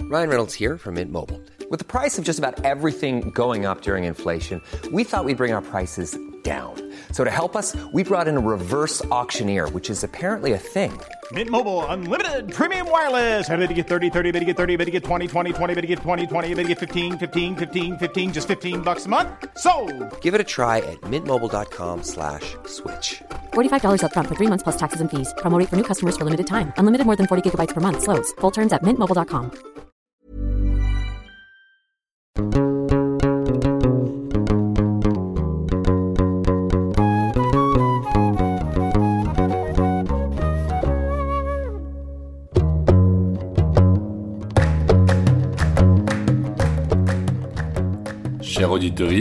Ryan Reynolds here from Mint Mobile. With the price of just about everything going up during inflation, we thought we'd bring our prices down. So to help us, we brought in a reverse auctioneer, which is apparently a thing. Mint Mobile Unlimited Premium Wireless. How to get 30, 30, bit to get 30, bit to get 20, 20, 20, bit to get 20, 20, bit to get 15, 15, 15, 15, just $15 a month? Sold! Give it a try at mintmobile.com/switch. $45 up front for 3 months plus taxes and fees. Promo rate for new customers for limited time. Unlimited more than 40 gigabytes per month. Slows full terms at mintmobile.com. Chers auditeurs,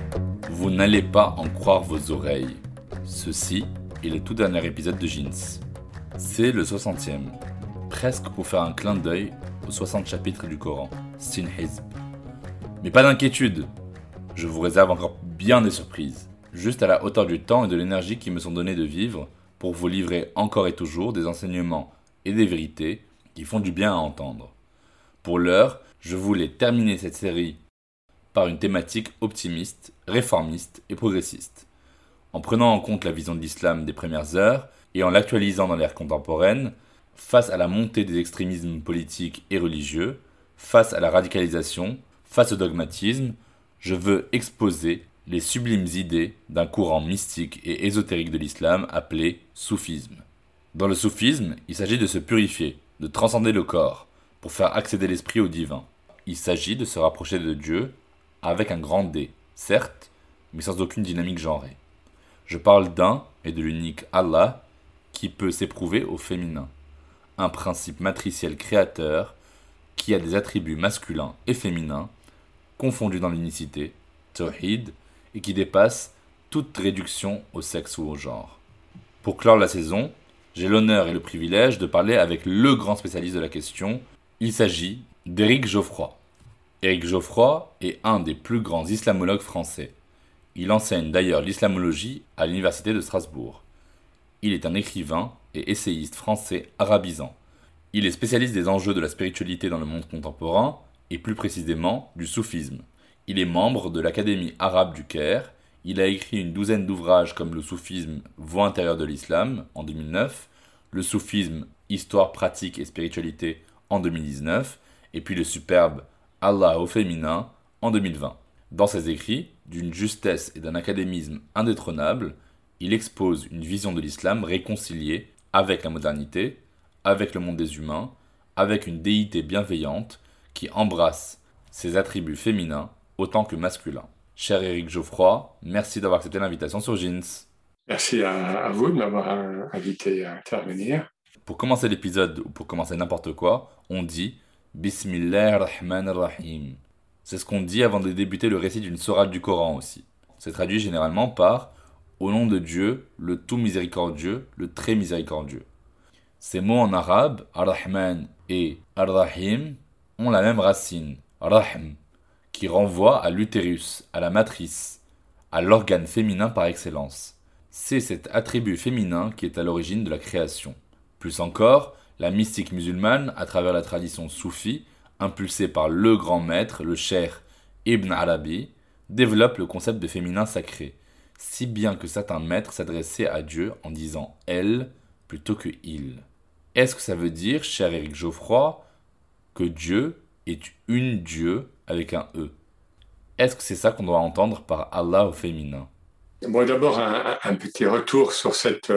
vous n'allez pas en croire vos oreilles. Ceci est le tout dernier épisode de Jeans. C'est le 60e, presque pour faire un clin d'œil aux 60 chapitres du Coran, Sin Hizb. Mais pas d'inquiétude, je vous réserve encore bien des surprises, juste à la hauteur du temps et de l'énergie qui me sont donnés de vivre pour vous livrer encore et toujours des enseignements et des vérités qui font du bien à entendre. Pour l'heure, je voulais terminer cette série par une thématique optimiste, réformiste et progressiste, en prenant en compte la vision de l'islam des premières heures et en l'actualisant dans l'ère contemporaine, face à la montée des extrémismes politiques et religieux, face à la radicalisation, face au dogmatisme, je veux exposer les sublimes idées d'un courant mystique et ésotérique de l'islam appelé soufisme. Dans le soufisme, il s'agit de se purifier, de transcender le corps, pour faire accéder l'esprit au divin. Il s'agit de se rapprocher de Dieu avec un grand D, certes, mais sans aucune dynamique genrée. Je parle d'un et de l'unique Allah qui peut s'éprouver au féminin, un principe matriciel créateur qui a des attributs masculins et féminins, confondus dans l'unicité, tawhid, et qui dépasse toute réduction au sexe ou au genre. Pour clore la saison, j'ai l'honneur et le privilège de parler avec le grand spécialiste de la question. Il s'agit d'Éric Geoffroy. Éric Geoffroy est un des plus grands islamologues français. Il enseigne d'ailleurs l'islamologie à l'université de Strasbourg. Il est un écrivain et essayiste français arabisant. Il est spécialiste des enjeux de la spiritualité dans le monde contemporain et plus précisément du soufisme. Il est membre de l'Académie arabe du Caire. Il a écrit une douzaine d'ouvrages comme le soufisme, voie intérieure de l'islam en 2009, le soufisme, histoire, pratique et spiritualité en 2019, et puis le superbe Allah au féminin en 2020. Dans ses écrits, d'une justesse et d'un académisme indétrônable, il expose une vision de l'islam réconciliée avec la modernité, avec le monde des humains, avec une déité bienveillante qui embrasse ses attributs féminins autant que masculins. Cher Éric Geoffroy, merci d'avoir accepté l'invitation sur Jeans. Merci à vous de m'avoir invité à intervenir. Pour commencer l'épisode ou pour commencer n'importe quoi, on dit Bismillah ar-Rahman ar-Rahim. C'est ce qu'on dit avant de débuter le récit d'une sourate du Coran aussi. C'est traduit généralement par au nom de Dieu, le tout miséricordieux, le très miséricordieux. Ces mots en arabe, ar-Rahman et ar-Rahim, ont la même racine, rahm, qui renvoie à l'utérus, à la matrice, à l'organe féminin par excellence. C'est cet attribut féminin qui est à l'origine de la création. Plus encore, la mystique musulmane, à travers la tradition soufie, impulsée par le grand maître, le cheikh Ibn Arabi, développe le concept de féminin sacré, si bien que certains maîtres s'adressaient à Dieu en disant « elle » plutôt que « il ». Est-ce que ça veut dire, cher Éric Geoffroy, que Dieu est une Dieu avec un « e » ? Est-ce que c'est ça qu'on doit entendre par Allah au féminin ? Bon, d'abord, un petit retour sur cette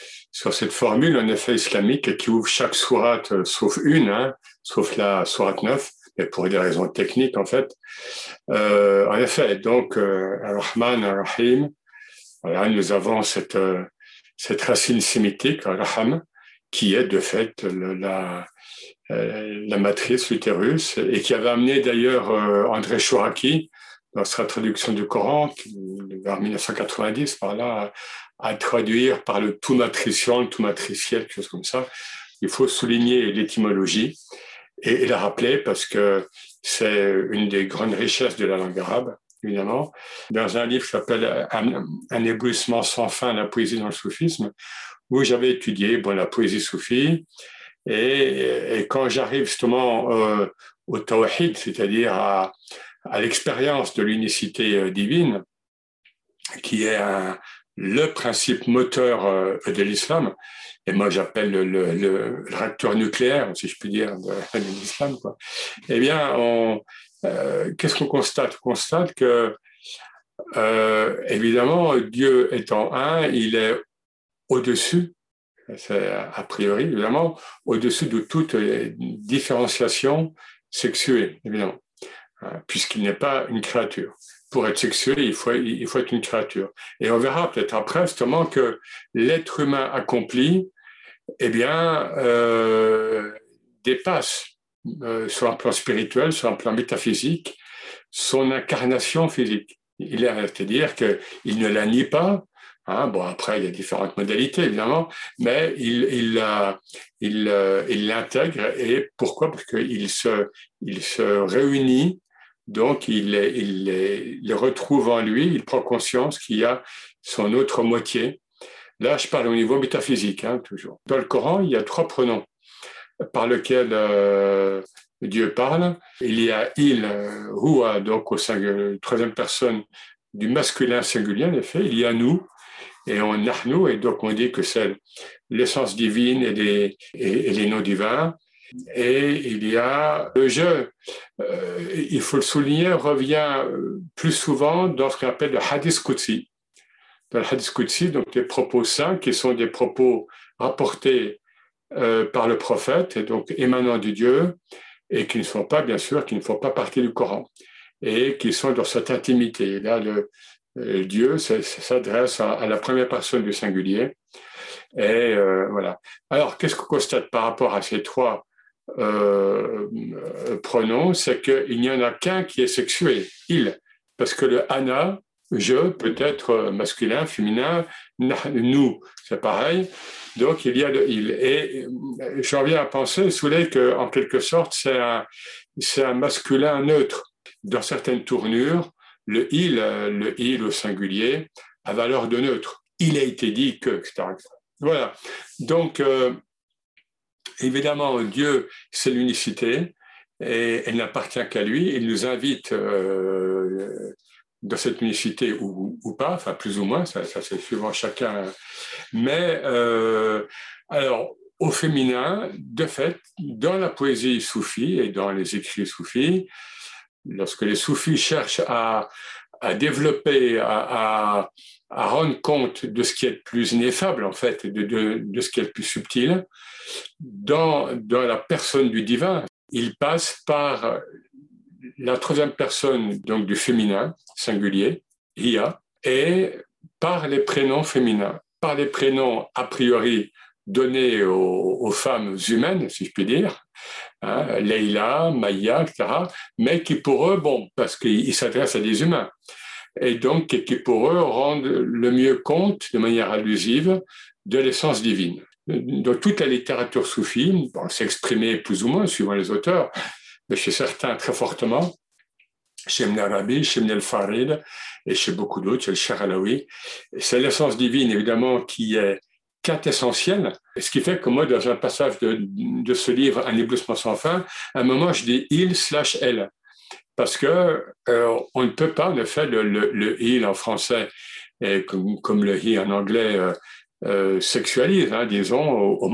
formule, en effet, islamique, qui ouvre chaque sourate, sauf une, sauf la sourate 9, mais pour des raisons techniques, en fait. En effet, donc, Ar-Rahman, Ar-Rahim, voilà, nous avons cette racine sémitique, Ar-Raham, qui est de fait la matrice, l'utérus, et qui avait amené d'ailleurs André Chouraki, dans sa traduction du Coran, vers 1990, par là, à traduire par le tout matriciel, quelque chose comme ça. Il faut souligner l'étymologie et la rappeler parce que c'est une des grandes richesses de la langue arabe, évidemment. Dans un livre qui s'appelle Un éblouissement sans fin, la poésie dans le soufisme, où j'avais étudié la poésie soufie. Et quand j'arrive justement au tawhid, c'est-à-dire à l'expérience de l'unicité divine, qui est le principe moteur de l'islam. Et moi, j'appelle le réacteur nucléaire, si je puis dire, de l'islam, quoi. Eh bien, qu'est-ce qu'on constate? On constate que, évidemment, Dieu étant un, il est au-dessus, c'est a priori, évidemment, au-dessus de toute différenciation sexuée, évidemment, puisqu'il n'est pas une créature. Pour être sexué, il faut être une créature. Et on verra peut-être après, justement, que l'être humain accompli, eh bien, dépasse sur un plan spirituel, sur un plan métaphysique, son incarnation physique. C'est-à-dire qu'il ne la nie pas. Bon, après, il y a différentes modalités, évidemment, mais il l'intègre. Et pourquoi? Parce qu'il se réunit, donc il le retrouve en lui, il prend conscience qu'il y a son autre moitié. Là, je parle au niveau métaphysique, toujours. Dans le Coran, il y a 3 pronoms par lesquels Dieu parle. Il y a il, huwa, donc au singulier, troisième personne du masculin singulier, en effet. Il y a nous, et on nahnu, et donc on dit que c'est l'essence divine et les noms divins. Et il y a le je, il faut le souligner, revient plus souvent dans ce qu'on appelle le hadith qudsi. Dans le hadith qudsi, donc des propos saints qui sont des propos rapportés par le prophète, et donc émanant de Dieu, et qui ne font pas partie du Coran, et qui sont dans cette intimité. Et là, Dieu s'adresse à la première personne du singulier. Et voilà. Alors, qu'est-ce qu'on constate par rapport à ces 3 pronoms? C'est qu'il n'y en a qu'un qui est sexué, il. Parce que le ana, je, peut être masculin, féminin, nous, c'est pareil. Donc, il y a le il. Et j'en viens à penser, qu'en quelque sorte, c'est un masculin neutre. Dans certaines tournures, le il au singulier a valeur de neutre. Il a été dit que, etc. Voilà. Donc, évidemment, Dieu, c'est l'unicité et elle n'appartient qu'à lui. Il nous invite dans cette unicité ou pas, enfin plus ou moins, ça c'est suivant chacun. Mais alors, au féminin, de fait, dans la poésie soufie et dans les écrits soufis, lorsque les soufis cherchent à développer, à rendre compte de ce qui est le plus ineffable, en fait, de ce qui est le plus subtil, dans la personne du divin, ils passent par la troisième personne, donc du féminin, singulier, hiya, et par les prénoms féminins, par les prénoms a priori donnés aux femmes humaines, si je puis dire, Leïla, Maya, etc., mais qui pour eux, parce qu'ils s'adressent à des humains, et donc qui pour eux rendent le mieux compte, de manière allusive, de l'essence divine. Dans toute la littérature soufie, c'est exprimé plus ou moins suivant les auteurs, mais chez certains très fortement, chez Ibn Arabi, chez Ibn al-Farid et chez beaucoup d'autres, chez le Charalawi. C'est l'essence divine, évidemment, qui est quintessentielle, ce qui fait que moi, dans un passage de ce livre, Un éblouissement sans fin, à un moment, je dis « il/elle », parce que on ne peut pas, en effet, le « il » en français, et comme le « he » en anglais, sexualise, disons,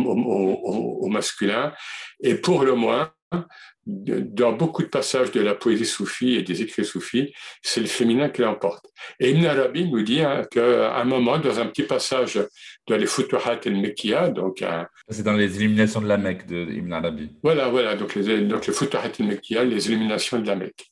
au masculin, et pour le moins, dans beaucoup de passages de la poésie soufie et des écrits soufis, c'est le féminin qui l'emporte. Et Ibn Arabi nous dit qu'à un moment, dans un petit passage dans les Futuhat el-Mekkiya, donc c'est dans les Illuminations de la Mecque de Ibn Arabi. Voilà, donc les Futuhat el-Mekkiya, les Illuminations de la Mecque.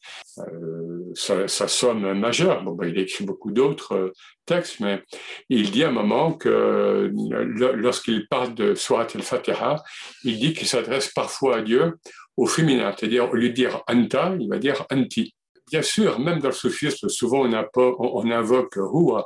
Sa somme majeure. Il a écrit beaucoup d'autres textes, mais il dit à un moment que lorsqu'il parle de Surat al-Fatiha, il dit qu'il s'adresse parfois à Dieu au féminin, c'est-à-dire au lieu de dire anta, il va dire anti. Bien sûr, même dans le soufisme, souvent on invoque huwa,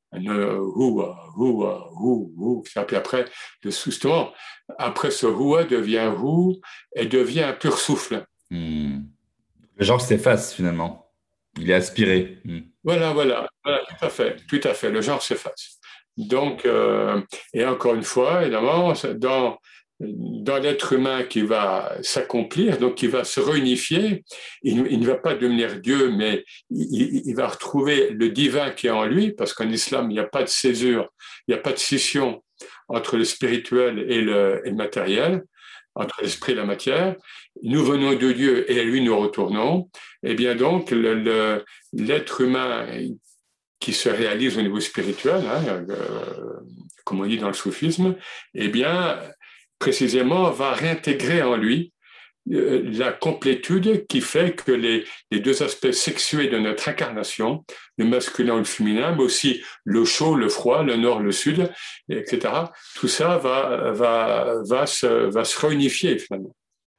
puis après, justement, après ce huwa devient hu et devient un pur souffle. Le genre s'efface finalement. Il est aspiré. Voilà, tout à fait. Le genre s'efface. Donc, et encore une fois, évidemment, dans l'être humain qui va s'accomplir, donc qui va se réunifier. Il ne va pas devenir Dieu, mais il va retrouver le divin qui est en lui, parce qu'en islam, il n'y a pas de césure, il n'y a pas de scission entre le spirituel et le matériel, entre l'esprit et la matière. Nous venons de Dieu et à lui nous retournons. Et bien donc, l'être humain qui se réalise au niveau spirituel, comme on dit dans le soufisme, eh bien, précisément, va réintégrer en lui la complétude qui fait que les deux aspects sexués de notre incarnation, le masculin ou le féminin, mais aussi le chaud, le froid, le nord, le sud, etc., tout ça va se réunifier finalement.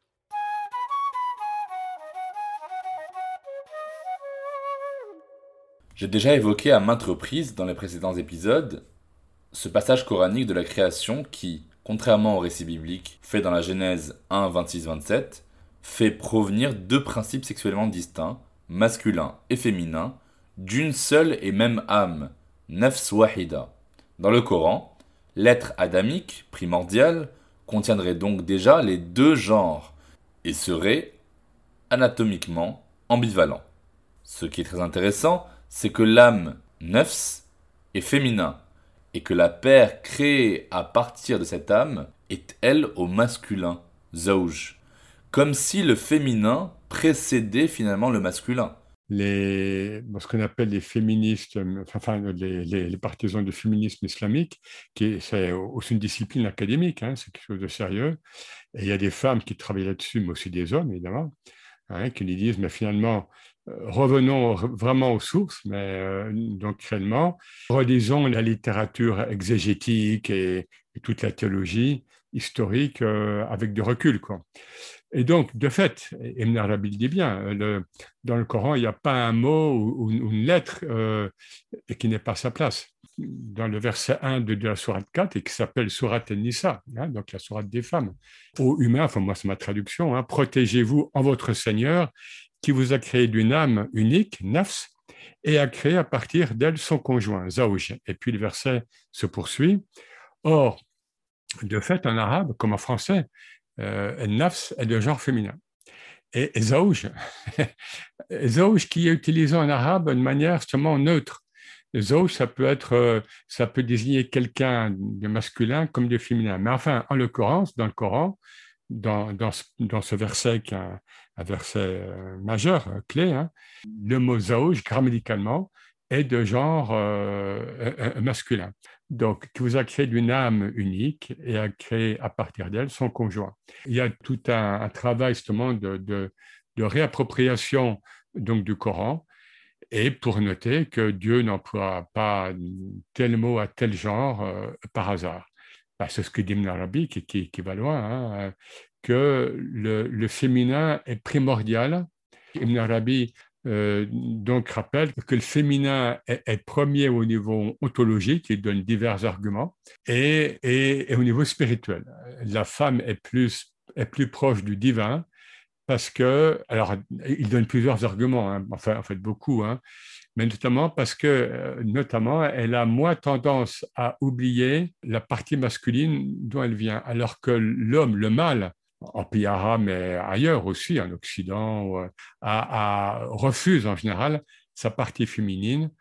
J'ai déjà évoqué à maintes reprises dans les précédents épisodes ce passage coranique de la création qui, contrairement au récit biblique fait dans la Genèse 1, 26-27, fait provenir deux principes sexuellement distincts, masculin et féminin, d'une seule et même âme, nafs wahida. Dans le Coran, l'être adamique, primordial, contiendrait donc déjà les deux genres et serait anatomiquement ambivalent. Ce qui est très intéressant, c'est que l'âme nafs est féminin et que la paire créée à partir de cette âme est elle au masculin, zawj, comme si le féminin précédait finalement le masculin. Ce qu'on appelle les féministes, les partisans du féminisme islamique, c'est aussi une discipline académique, c'est quelque chose de sérieux. Et il y a des femmes qui travaillent là-dessus, mais aussi des hommes, évidemment, qui lui disent, mais finalement, revenons vraiment aux sources, mais donc réellement, relisons la littérature exégétique et toute la théologie historique avec du recul, quoi. Et donc, de fait, Ibn Arabi le dit bien, dans le Coran, il n'y a pas un mot ou une lettre qui n'est pas à sa place. Dans le verset 1 de la sourate 4, et qui s'appelle sourate An-Nisa, donc la sourate des femmes. Ô humains, moi c'est ma traduction, protégez-vous en votre Seigneur qui vous a créé d'une âme unique, nafs, et a créé à partir d'elle son conjoint, zawj. Et puis le verset se poursuit. Or, de fait, en arabe, comme en français, nafs est de genre féminin. Et zawj, zawj qui est utilisé en arabe de manière justement neutre. Zawj, ça peut désigner quelqu'un de masculin comme de féminin. Mais enfin, en l'occurrence, dans le Coran, dans ce verset qui est un verset majeur, clé, le mot zawj, grammaticalement, est de genre masculin. Donc, qui vous a créé d'une âme unique et a créé à partir d'elle son conjoint. Il y a tout un travail justement de réappropriation donc, du Coran, et pour noter que Dieu n'emploie pas tel mot à tel genre par hasard. C'est ce que dit Ibn Arabi, qui va loin, que le féminin est primordial. Ibn Arabi donc rappelle que le féminin est premier au niveau ontologique, il donne divers arguments, et au niveau spirituel. La femme est plus proche du divin, parce que, alors, il donne plusieurs arguments, en fait beaucoup, mais notamment parce que, elle a moins tendance à oublier la partie masculine dont elle vient, alors que l'homme, le mâle, en pays arabe, mais ailleurs aussi, en Occident, refuse en général sa partie féminine.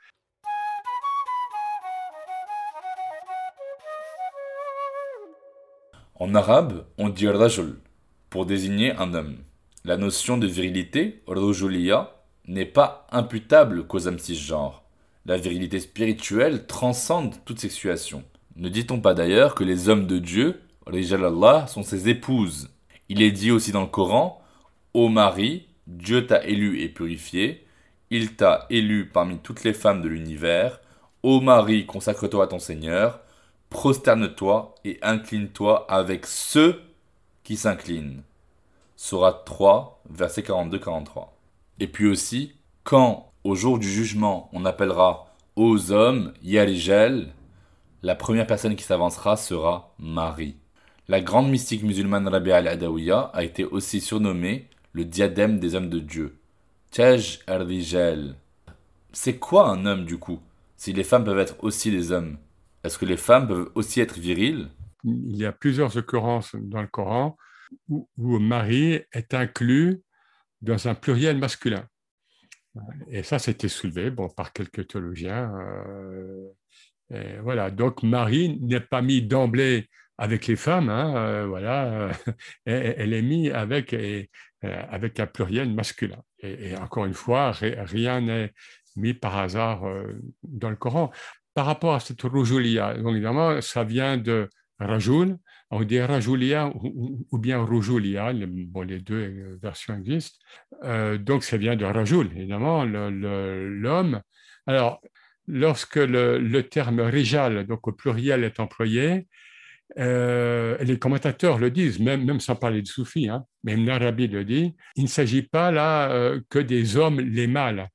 En arabe, on dit rajul pour désigner un homme. La notion de virilité, rujuliya, n'est pas imputable qu'aux âmes cisgenres. La virilité spirituelle transcende toute sexuation. Ne dit-on pas d'ailleurs que les hommes de Dieu, Rijal Allah, sont ses épouses? Il est dit aussi dans le Coran, ô mari, Dieu t'a élu et purifié, il t'a élu parmi toutes les femmes de l'univers, ô mari, consacre-toi à ton Seigneur, prosterne-toi et incline-toi avec ceux qui s'inclinent. Sourate 3, versets 42-43. Et puis aussi, quand, au jour du jugement, on appellera aux hommes, Yarijal, la première personne qui s'avancera sera Marie. La grande mystique musulmane Rabi'a al-Adawiya a été aussi surnommée le diadème des hommes de Dieu. Taj al-Rijal. C'est quoi un homme du coup, si les femmes peuvent être aussi des hommes? Est-ce que les femmes peuvent aussi être viriles? il y a plusieurs occurrences dans le Coran où Marie est inclus dans un pluriel masculin. Et ça, c'était soulevé par quelques théologiens. Et voilà, donc Marie n'est pas mise d'emblée avec les femmes, elle est mise avec un pluriel masculin. Et encore une fois, rien n'est mis par hasard dans le Coran. Par rapport à cette Roujulia, donc évidemment, ça vient de Rajoul, on dit Rajoulia ou bien Roujulia, les deux versions existent. Donc ça vient de Rajoul, évidemment, l'homme. Alors, lorsque le terme rijal, donc au pluriel, est employé, les commentateurs le disent, même sans parler de soufis, mais Ibn Arabi le dit, il ne s'agit pas là que des hommes, les mâles.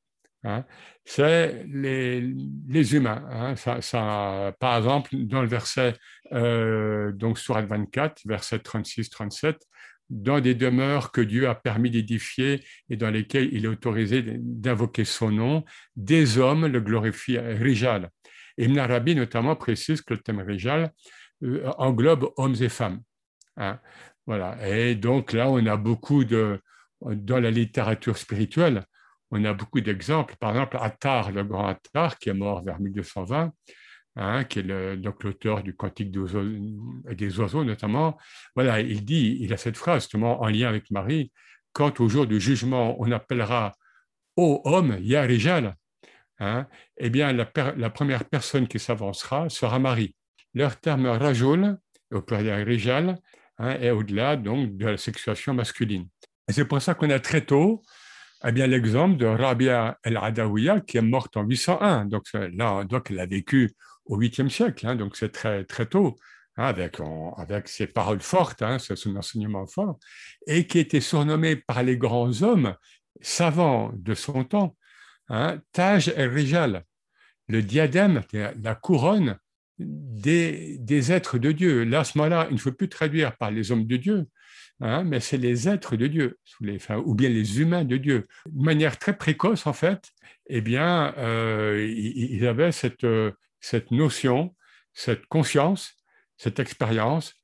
C'est les humains. Par exemple, dans le verset, donc Sourate 24, verset 36-37, dans des demeures que Dieu a permis d'édifier et dans lesquelles il est autorisé d'invoquer son nom, des hommes le glorifient, Rijal. Ibn Arabi notamment précise que le thème Rijal englobe hommes et femmes. Voilà. Et donc là, on a beaucoup dans la littérature spirituelle, on a beaucoup d'exemples. Par exemple, Attar, le grand Attar, qui est mort vers 1220, qui est donc l'auteur du Cantique des oiseaux notamment. Voilà, il a cette phrase justement en lien avec Marie. Quand au jour du jugement, on appellera ô homme, ya rijal, eh bien la première personne qui s'avancera sera Marie. Leur terme rajoul, au pluriel rijal, est au-delà donc de la sexuation masculine. Et c'est pour ça qu'on a très tôt l'exemple de Rabia el-Adawiya qui est morte en 801. Donc elle a vécu au 8e siècle, donc c'est très, très tôt, avec ses paroles fortes, c'est son enseignement fort, et qui était surnommée par les grands hommes savants de son temps, Taj el-Rijal, le diadème, la couronne des êtres de Dieu. Là, à ce moment-là, il ne faut plus traduire par les hommes de Dieu, mais c'est les êtres de Dieu, ou bien les humains de Dieu. De manière très précoce, en fait, ils avaient cette notion, cette conscience, cette expérience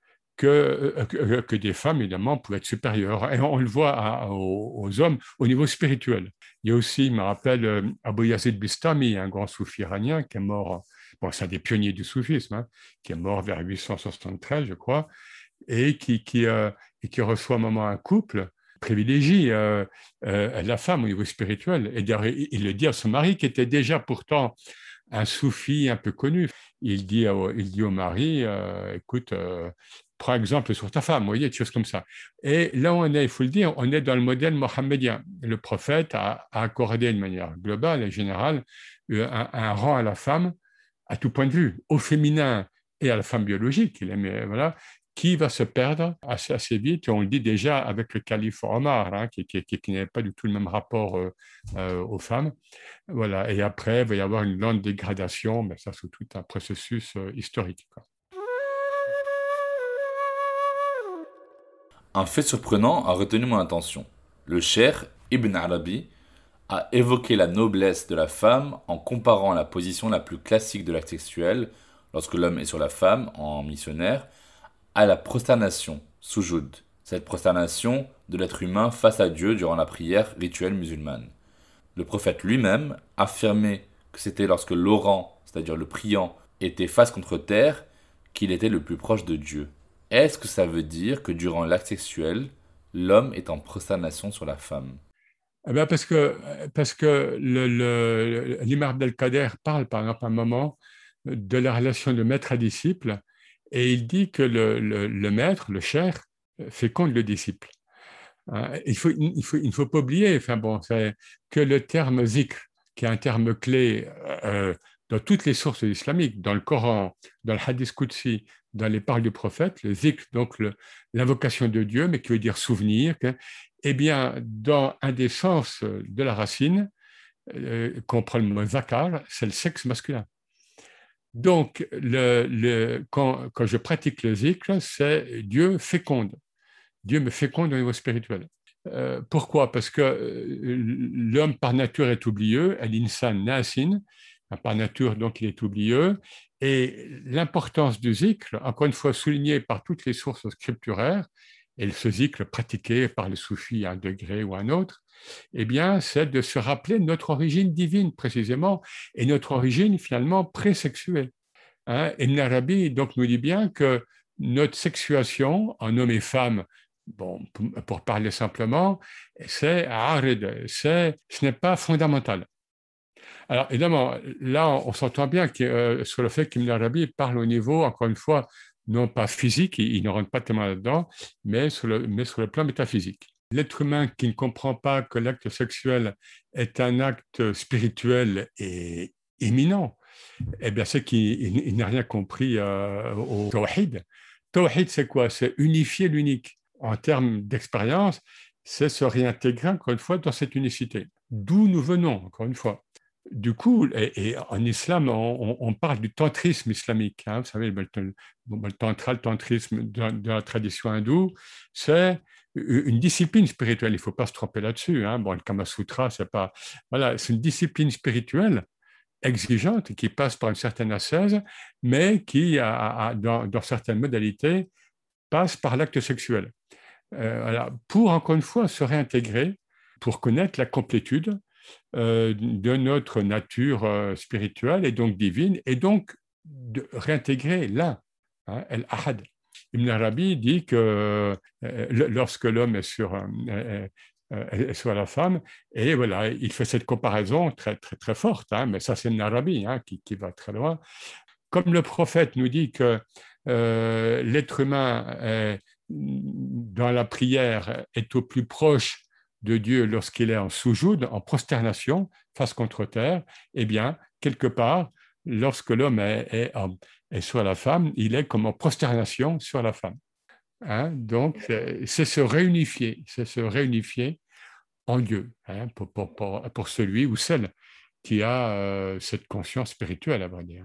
que des femmes, évidemment, pouvaient être supérieures. Et on le voit aux hommes au niveau spirituel. Il y a aussi, je me rappelle, Abu Yazid Bistami, un grand soufi iranien qui est mort, c'est un des pionniers du soufisme, qui est mort vers 873, je crois, et qui reçoit un moment un couple, privilégie la femme au niveau spirituel. Et il le dit à son mari, qui était déjà pourtant un soufi un peu connu. Il dit au mari, écoute, prends exemple sur ta femme, vous voyez, des choses comme ça. Et là, il faut le dire, on est dans le modèle mohammedien. Le prophète a accordé de manière globale et générale un rang à la femme, à tout point de vue, au féminin et à la femme biologique, qui va se perdre assez vite. Et on le dit déjà avec le calife Omar, qui n'avait pas du tout le même rapport aux femmes. Voilà. Et après, il va y avoir une lente dégradation, mais ça, c'est tout un processus historique. Un fait surprenant a retenu mon attention. Le cheikh Ibn Arabi a évoqué la noblesse de la femme en comparant la position la plus classique de l'acte sexuel, lorsque l'homme est sur la femme, en missionnaire, à la prosternation, sujoud, cette prosternation de l'être humain face à Dieu durant la prière rituelle musulmane. Le prophète lui-même affirmait que c'était lorsque l'orant, c'est-à-dire le priant, était face contre terre, qu'il était le plus proche de Dieu. Est-ce que ça veut dire que durant l'acte sexuel, l'homme est en prosternation sur la femme ? Parce que l'imam Abdelkader parle, par exemple, à un moment de la relation de maître à disciple, et il dit que le maître, le cheikh, féconde le disciple. Il ne faut pas oublier que le terme zikr, qui est un terme clé dans toutes les sources islamiques, dans le Coran, dans le hadith Qudsi, dans les paroles du prophète, le zikr, donc l'invocation de Dieu, mais qui veut dire souvenir, eh bien, dans un des sens de la racine, qu'on prend le mot zakar, c'est le sexe masculin. Donc, quand je pratique le zikr, c'est Dieu féconde. Dieu me féconde au niveau spirituel. Pourquoi ? Parce que l'homme par nature est oublieux, al-insan nasin, par nature donc il est oublieux, Et l'importance du zikr, encore une fois soulignée par toutes les sources scripturaires, et ce zikr pratiqué par les soufis à un degré ou à un autre, eh bien, c'est de se rappeler notre origine divine précisément, et notre origine finalement présexuelle. Ibn Arabi donc, nous dit bien que notre sexuation en homme et femme, bon, pour parler simplement, c'est arid, ce n'est pas fondamental. Alors, évidemment, là, on s'entend bien sur le fait qu'Ibn Arabi parle au niveau, encore une fois, non pas physique, il ne rentre pas tellement là-dedans, mais sur le plan métaphysique. L'être humain qui ne comprend pas que l'acte sexuel est un acte spirituel et éminent, eh bien, c'est qu'il n'a rien compris au tawhid. Tawhid, c'est quoi? C'est unifier l'unique. En termes d'expérience, c'est se réintégrer, encore une fois, dans cette unicité. D'où nous venons, encore une fois. Du coup, et en islam, on parle du tantrisme islamique. Vous savez, le tantra, le tantrisme de la tradition hindoue, c'est une discipline spirituelle. Il ne faut pas se tromper là-dessus. Bon, le Kama Sutra, c'est pas... Voilà, c'est une discipline spirituelle exigeante qui passe par une certaine ascèse, mais qui, dans certaines modalités, passe par l'acte sexuel. Voilà, pour, encore une fois, se réintégrer, pour connaître la complétude de notre nature spirituelle et donc divine, et donc de réintégrer l'un, el-ahad. Ibn Arabi dit que lorsque l'homme est sur la femme, et voilà, il fait cette comparaison très, très, très forte, mais ça c'est Ibn Arabi qui va très loin. Comme le prophète nous dit que l'être humain dans la prière est au plus proche de Dieu lorsqu'il est en soujoud, en prosternation, face contre terre, eh bien, quelque part, lorsque l'homme est sur la femme, il est comme en prosternation sur la femme. Donc, c'est se réunifier en Dieu, pour celui ou celle qui a cette conscience spirituelle, à vrai dire.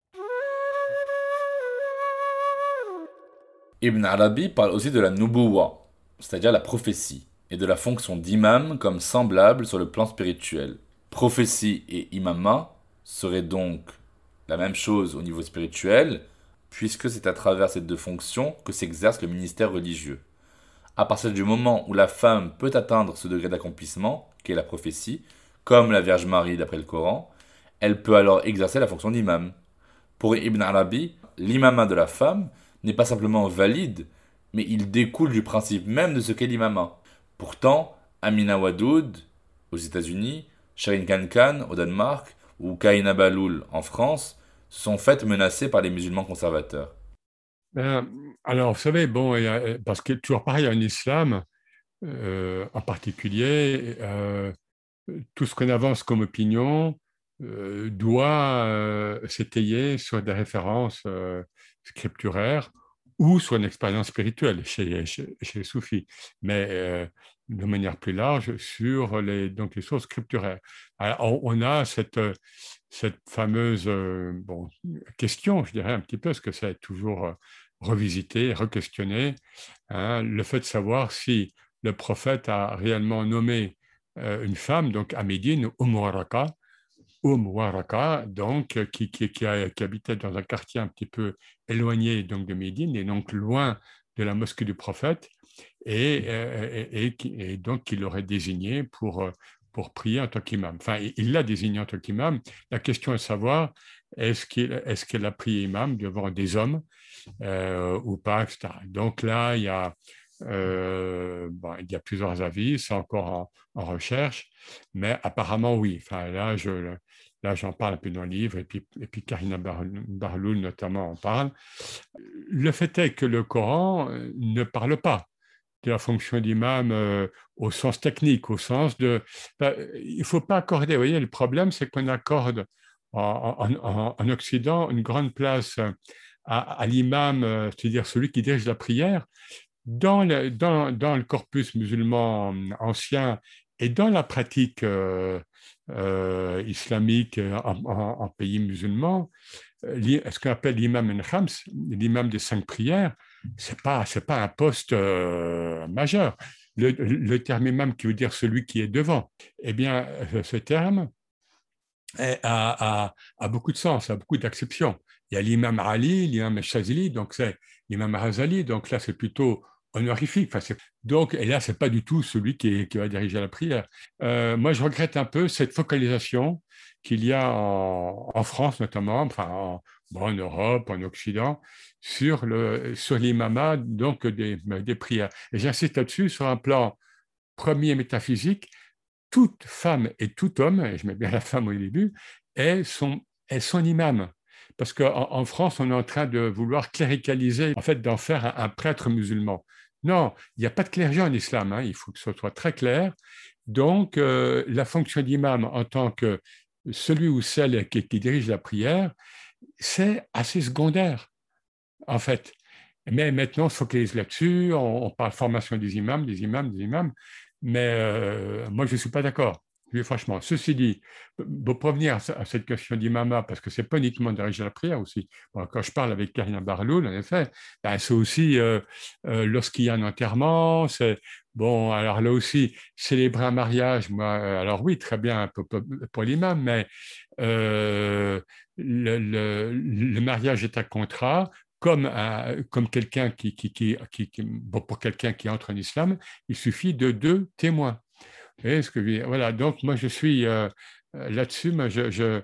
Ibn Arabi parle aussi de la nubuwa, c'est-à-dire la prophétie, et de la fonction d'imam comme semblable sur le plan spirituel. Prophétie et imama seraient donc la même chose au niveau spirituel, puisque c'est à travers ces deux fonctions que s'exerce le ministère religieux. À partir du moment où la femme peut atteindre ce degré d'accomplissement, qu'est la prophétie, comme la Vierge Marie d'après le Coran, elle peut alors exercer la fonction d'imam. Pour Ibn Arabi, l'imama de la femme n'est pas simplement valide, mais il découle du principe même de ce qu'est l'imama. Pourtant, Amina Wadoud aux États-Unis, Shirin Khan au Danemark ou Kaina Baloul en France se sont faites menacer par les musulmans conservateurs. Alors, vous savez, bon, parce que toujours pareil en islam, en particulier, tout ce qu'on avance comme opinion doit s'étayer sur des références scripturaires ou sur une expérience spirituelle chez les soufis, mais de manière plus large sur les sources scripturaires. Alors, on a cette fameuse question, je dirais un petit peu, parce que ça est toujours revisité, re-questionné, le fait de savoir si le prophète a réellement nommé une femme, donc à Médine, Waraka, donc, qui habitait dans un quartier un petit peu éloigné donc, de Médine et donc loin de la mosquée du prophète, et donc qu'il l'aurait désigné pour prier en tant qu'imam. Enfin, il l'a désigné en tant qu'imam. La question est de savoir est-ce qu'elle a prié imam devant des hommes ou pas, etc. Donc là, il y a plusieurs avis, c'est encore en recherche, mais apparemment oui. Enfin, là, j'en parle un peu dans le livre, et puis Karina Barloul notamment en parle. Le fait est que le Coran ne parle pas de la fonction d'imam au sens technique, au sens de... il ne faut pas accorder, vous voyez, le problème c'est qu'on accorde en Occident une grande place à l'imam, c'est-à-dire celui qui dirige la prière, dans le corpus musulman ancien et dans la pratique islamique en pays musulmans, ce qu'on appelle l'imam al-khams, l'imam des 5 prières, c'est pas un poste majeur. Le terme imam qui veut dire celui qui est devant, eh bien, ce terme a beaucoup de sens, a beaucoup d'acception. Il y a l'imam Ali, l'imam Shazili, donc c'est l'imam Razali, donc là, c'est plutôt honorifique. Donc, et là, ce n'est pas du tout celui qui va diriger la prière. Moi, je regrette un peu cette focalisation qu'il y a en France notamment, en Europe, en Occident, sur l'imamat donc des prières. Et j'insiste là-dessus sur un plan premier métaphysique. Toute femme et tout homme, et je mets bien la femme au début, est son imam. Parce qu'en France, on est en train de vouloir cléricaliser, en fait, d'en faire un prêtre musulman. Non, il n'y a pas de clergé en islam, hein, il faut que ce soit très clair. Donc, la fonction d'imam en tant que celui ou celle qui dirige la prière, c'est assez secondaire, en fait. Mais maintenant, on se focalise là-dessus, on parle formation des imams, mais moi, je ne suis pas d'accord. Franchement, ceci dit, pour revenir à cette question d'imama, parce que ce n'est pas uniquement diriger la prière aussi. Bon, quand je parle avec Karina Barloul, en effet, c'est aussi lorsqu'il y a un enterrement, bon, alors là aussi, célébrer un mariage, moi, alors oui, très bien pour l'imam, mais le mariage est un contrat. Comme quelqu'un pour quelqu'un qui entre en islam, il suffit de 2 témoins. Voilà, donc moi je suis là-dessus, je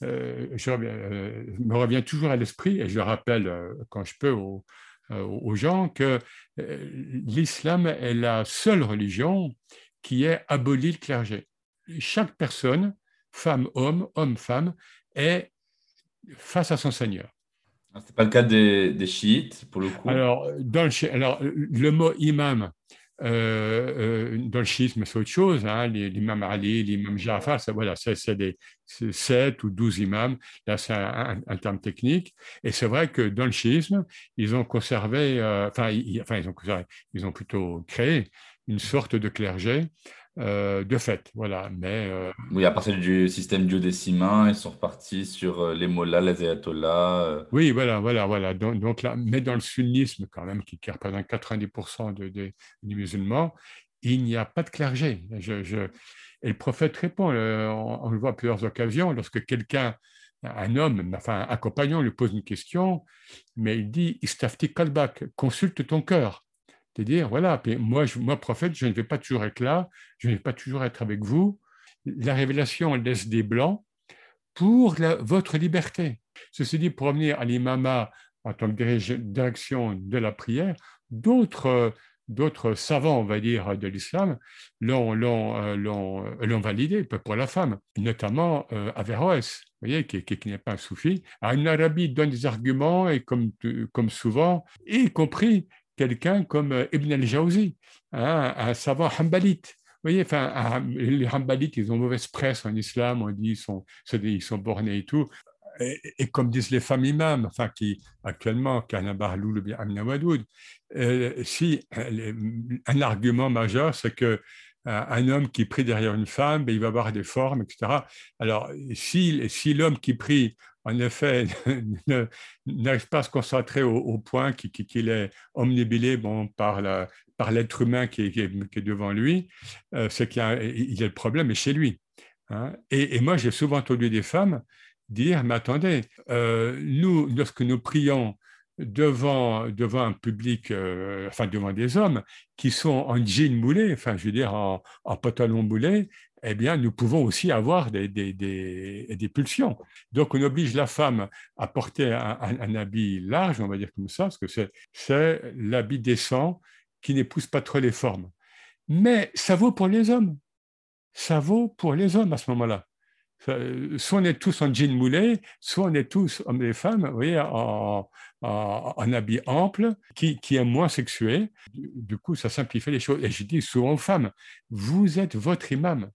me reviens toujours à l'esprit, et je le rappelle quand je peux aux gens, que l'islam est la seule religion qui ait aboli le clergé. Chaque personne, femme, homme, femme, est face à son Seigneur. Ce n'est pas le cas des chiites, pour le coup. Alors, le mot imam, dans le chiisme, c'est autre chose. Hein, l'imam Ali, l'imam Ja'far, c'est 7 ou 12 imams. Là, c'est un terme technique. Et c'est vrai que dans le chiisme, ils ont conservé, ils ont plutôt créé une sorte de clergé de fait. Voilà. Mais, Oui, à partir du système duodécimain, ils sont repartis sur les mollahs, les ayatollahs. Oui, voilà. Donc là, mais dans le sunnisme, quand même, qui représente 90% des musulmans, il n'y a pas de clergé. Et le prophète répond, on le voit à plusieurs occasions, lorsque un homme, un compagnon lui pose une question, mais il dit, Istafti kalbak, consulte ton cœur. C'est-à-dire, voilà, moi, prophète, je ne vais pas toujours être là, je ne vais pas toujours être avec vous. La révélation laisse des blancs pour votre liberté. Ceci dit, pour revenir à l'imama en tant que direction de la prière, d'autres savants, on va dire, de l'islam l'ont validé pour la femme, notamment Averroès, vous voyez, qui n'est pas un soufi. Ibn Arabi donne des arguments, et comme souvent, y compris quelqu'un comme Ibn al-Jawzi, un savant hanbalite. Vous voyez, les Hanbalites, ils ont mauvaise presse en islam, on dit ils sont bornés et tout. Et comme disent les femmes imams, qui actuellement, Karina Barloul ou bien Amina Wadoud, un argument majeur, c'est qu'un homme qui prie derrière une femme, il va avoir des formes, etc. Alors, si l'homme qui prie, en effet, n'arrive pas à se concentrer au point qu'il est omnibilé par l'être humain qui est devant lui, c'est qu'il y a le problème est chez lui. Hein. Et moi, j'ai souvent entendu des femmes dire, mais attendez, nous, lorsque nous prions devant un public, devant des hommes qui sont en jean moulé, en pantalon moulé, eh bien, nous pouvons aussi avoir des pulsions. Donc, on oblige la femme à porter un habit large, on va dire comme ça, parce que c'est l'habit décent qui n'épouse pas trop les formes. Mais ça vaut pour les hommes. Ça vaut pour les hommes à ce moment-là. Soit on est tous en jean moulé, soit on est tous, hommes et femmes, vous voyez, en habit ample, qui est moins sexué. Du coup, ça simplifie les choses. Et je dis souvent aux femmes, vous êtes votre imam.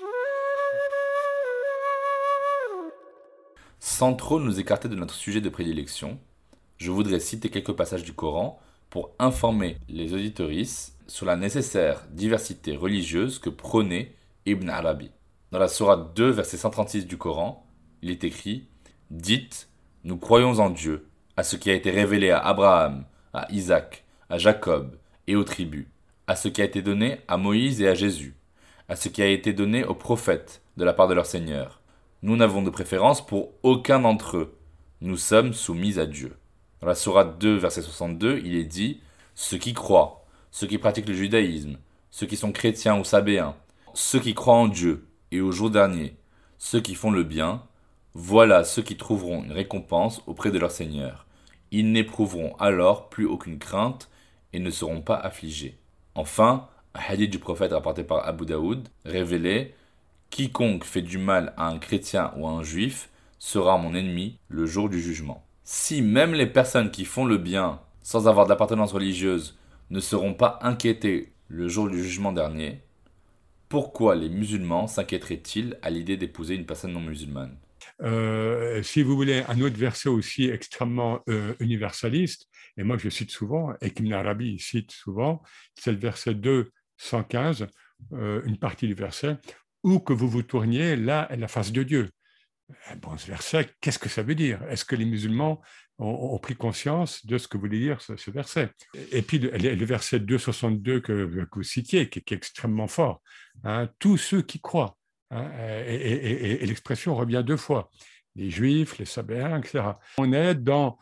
Sans trop nous écarter de notre sujet de prédilection, je voudrais citer quelques passages du Coran pour informer les auditoristes sur la nécessaire diversité religieuse que prônait Ibn Arabi. Dans la sourate 2, verset 136 du Coran, il est écrit « Dites, nous croyons en Dieu, à ce qui a été révélé à Abraham, à Isaac, à Jacob et aux tribus, à ce qui a été donné à Moïse et à Jésus, à ce qui a été donné aux prophètes de la part de leur Seigneur. Nous n'avons de préférence pour aucun d'entre eux. Nous sommes soumis à Dieu. Dans la sourate 2, verset 62, il est dit « Ceux qui croient, ceux qui pratiquent le judaïsme, ceux qui sont chrétiens ou sabéens, ceux qui croient en Dieu et au jour dernier, ceux qui font le bien, voilà ceux qui trouveront une récompense auprès de leur Seigneur. Ils n'éprouveront alors plus aucune crainte et ne seront pas affligés. » Enfin, un hadith du prophète rapporté par Abu Daoud révélait « Quiconque fait du mal à un chrétien ou à un juif sera mon ennemi le jour du jugement. » Si même les personnes qui font le bien sans avoir d'appartenance religieuse ne seront pas inquiétées le jour du jugement dernier, pourquoi les musulmans s'inquiéteraient-ils à l'idée d'épouser une personne non musulmane ? Si vous voulez, un autre verset aussi extrêmement universaliste, et moi je cite souvent, et qu'Ibn Arabi cite souvent, c'est le verset 215, une partie du verset, « Où que vous vous tourniez, là est la face de Dieu ». Bon, ce verset, qu'est-ce que ça veut dire ? Est-ce que les musulmans ont pris conscience de ce que voulait dire ce verset ? Et puis le verset 262 que vous citiez, qui est extrêmement fort, hein, tous ceux qui croient, hein, et l'expression revient 2 fois, les juifs, les sabéens, etc. On est dans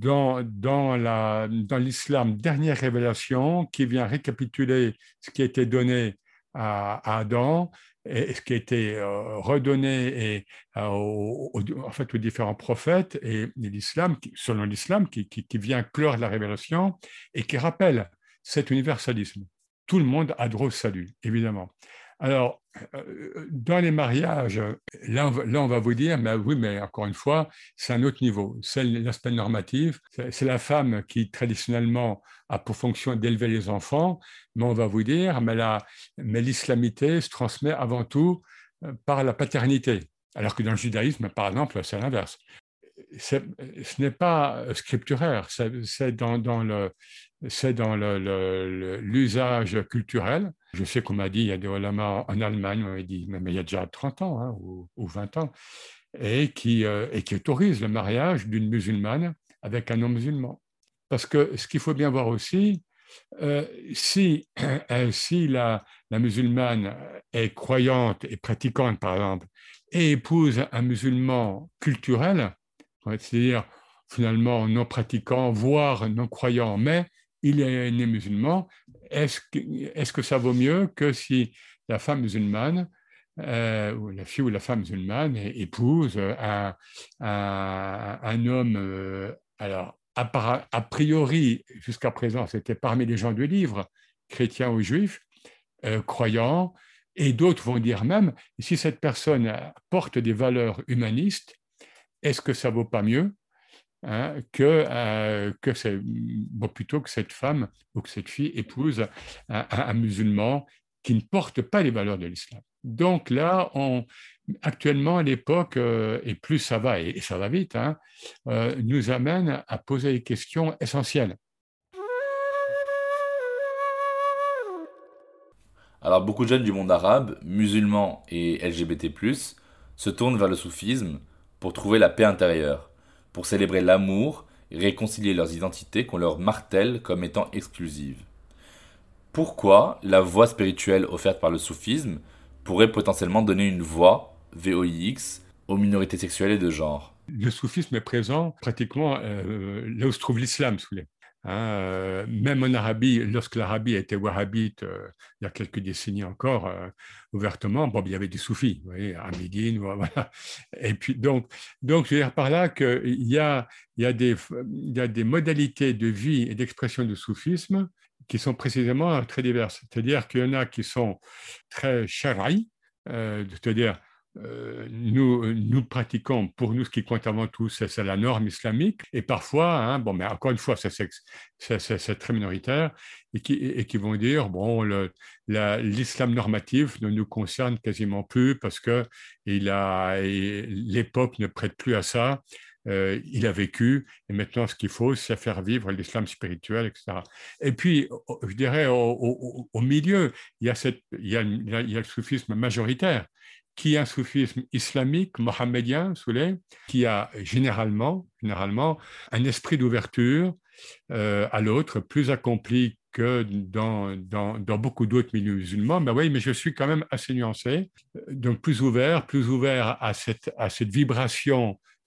l'islam, dernière révélation qui vient récapituler ce qui a été donné à Adam, et ce qui a été redonné en fait, aux différents prophètes, et l'islam, selon l'islam, qui vient clore la révélation et qui rappelle cet universalisme. Tout le monde a droit au salut, évidemment. Alors, dans les mariages, là, on va vous dire, mais oui, mais encore une fois, c'est un autre niveau. C'est l'aspect normatif. C'est la femme qui, traditionnellement, a pour fonction d'élever les enfants, mais on va vous dire, mais l'islamité se transmet avant tout par la paternité, alors que dans le judaïsme, par exemple, c'est l'inverse. Ce n'est pas scripturaire, c'est dans l'usage culturel. Je sais qu'on m'a dit, il y a des ulama en Allemagne, on m'a dit, mais il y a déjà 30 ans, hein, ou 20 ans, et qui autorisent le mariage d'une musulmane avec un non-musulman. Parce que ce qu'il faut bien voir aussi, si la musulmane est croyante et pratiquante, par exemple, et épouse un musulman culturel, c'est-à-dire finalement non pratiquant, voire non croyant, mais il est né musulman, est-ce que ça vaut mieux que si la femme musulmane, ou la fille ou la femme musulmane épouse un homme, alors a priori, jusqu'à présent, c'était parmi les gens du livre, chrétiens ou juifs, croyants, et d'autres vont dire même, si cette personne porte des valeurs humanistes, est-ce que ça ne vaut pas mieux, hein, plutôt que cette femme ou que cette fille épouse un musulman qui ne porte pas les valeurs de l'islam. Donc là, actuellement, à l'époque, et plus ça va, et ça va vite, hein, nous amène à poser des questions essentielles. Alors beaucoup de jeunes du monde arabe, musulmans et LGBT+, se tournent vers le soufisme pour trouver la paix intérieure, pour célébrer l'amour et réconcilier leurs identités qu'on leur martèle comme étant exclusives. Pourquoi la voie spirituelle offerte par le soufisme pourrait potentiellement donner une voix, VOIX, aux minorités sexuelles et de genre ? Le soufisme est présent pratiquement là où se trouve l'islam, si vous voulez. Même en Arabie, lorsque l'Arabie était wahhabite, il y a quelques décennies encore, ouvertement, bon, il y avait des soufis, vous voyez, à Médine, voilà. Et puis, donc, je veux dire par là qu'il y a des modalités de vie et d'expression du soufisme qui sont précisément très diverses. C'est-à-dire qu'il y en a qui sont très shara'i, c'est-à-dire nous pratiquons, pour nous, ce qui compte avant tout, c'est la norme islamique. Et parfois, hein, bon, mais encore une fois, c'est très minoritaire, et qui vont dire, bon, l'islam normatif ne nous concerne quasiment plus parce que l'époque ne prête plus à ça. Il a vécu, et maintenant, ce qu'il faut, c'est faire vivre l'islam spirituel, etc. Et puis, je dirais, au milieu, il y a le soufisme majoritaire, qui est un soufisme islamique, mohammedien, qui a généralement un esprit d'ouverture à l'autre, plus accompli que dans beaucoup d'autres milieux musulmans. Ben oui, mais je suis quand même assez nuancé, donc plus ouvert à cette vibration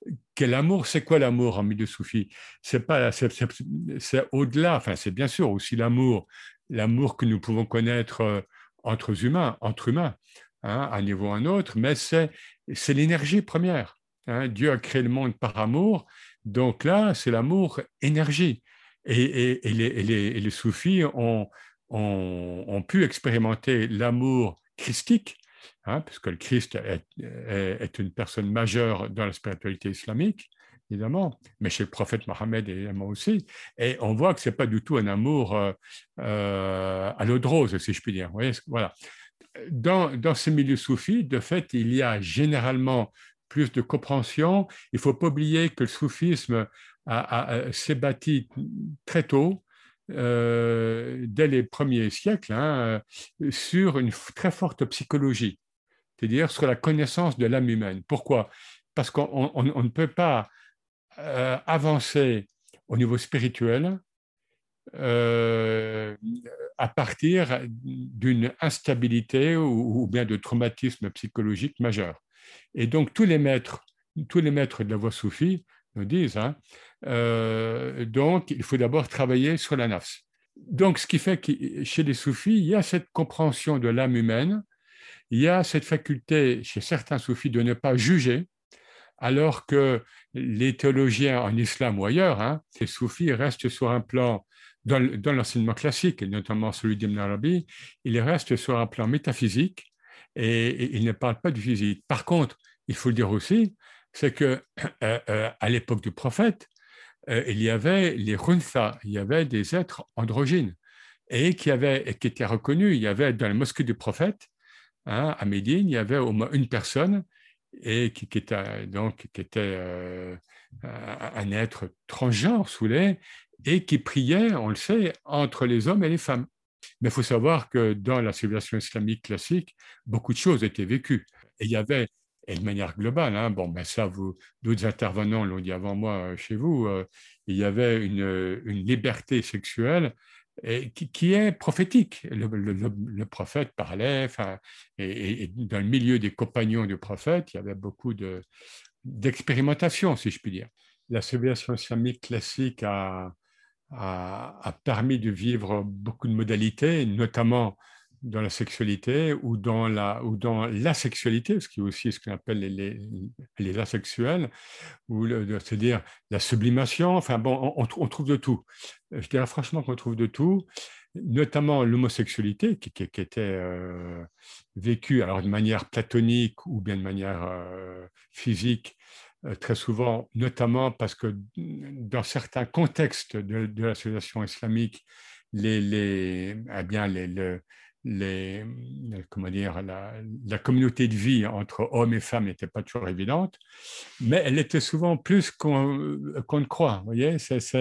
Quel amour, c'est quoi l'amour en milieu soufi? C'est pas, c'est au-delà. Enfin, c'est bien sûr aussi l'amour que nous pouvons connaître entre humains, hein, à un niveau ou à un autre, mais c'est l'énergie première. Hein. Dieu a créé le monde par amour, donc là, c'est l'amour énergie. Et les soufis ont pu expérimenter l'amour christique, hein, puisque le Christ est une personne majeure dans la spiritualité islamique, évidemment, mais chez le prophète Mohammed évidemment aussi. Et on voit que ce n'est pas du tout un amour à l'eau de rose, si je puis dire. Vous voyez, voilà. Dans ces milieux soufis, de fait, il y a généralement plus de compréhension. Il ne faut pas oublier que le soufisme s'est bâti très tôt, dès les premiers siècles, hein, sur une très forte psychologie, c'est-à-dire sur la connaissance de l'âme humaine. Pourquoi? Parce qu'on ne peut pas avancer au niveau spirituel à partir d'une instabilité ou bien de traumatisme psychologique majeur. Et donc, tous les maîtres de la voie soufie nous disent, hein, donc, il faut d'abord travailler sur la nafs. Donc, ce qui fait que chez les soufis, il y a cette compréhension de l'âme humaine, il y a cette faculté chez certains soufis de ne pas juger, alors que les théologiens en islam ou ailleurs, hein, les soufis restent sur un plan, dans l'enseignement classique, et notamment celui d'Ibn Arabi, ils restent sur un plan métaphysique et ils ne parlent pas du physique. Par contre, il faut le dire aussi, c'est qu'à l'époque du prophète, il y avait les runtha, il y avait des êtres androgynes et qui étaient reconnus. Il y avait dans la mosquée du prophète, hein, à Médine, il y avait au moins une personne et qui était un être transgenre, saoulé, et qui priait, on le sait, entre les hommes et les femmes. Mais il faut savoir que dans la civilisation islamique classique, beaucoup de choses étaient vécues. Et il y avait, et de manière globale, hein, bon, ben ça, d'autres intervenants l'ont dit avant moi chez vous, il y avait une liberté sexuelle qui est prophétique. Le prophète parlait, et dans le milieu des compagnons du prophète, il y avait beaucoup d'expérimentation, si je puis dire. La civilisation islamique classique a permis de vivre beaucoup de modalités, notamment dans la sexualité ou dans l'asexualité, ce qui est aussi ce qu'on appelle les asexuels, c'est-à-dire la sublimation. Enfin bon, on trouve de tout. Je dirais franchement qu'on trouve de tout, notamment l'homosexualité qui était vécue alors de manière platonique ou bien de manière physique, très souvent, notamment parce que dans certains contextes de la civilisation islamique, comment dire, la communauté de vie entre hommes et femmes n'était pas toujours évidente, mais elle était souvent plus qu'on ne croit. Vous voyez,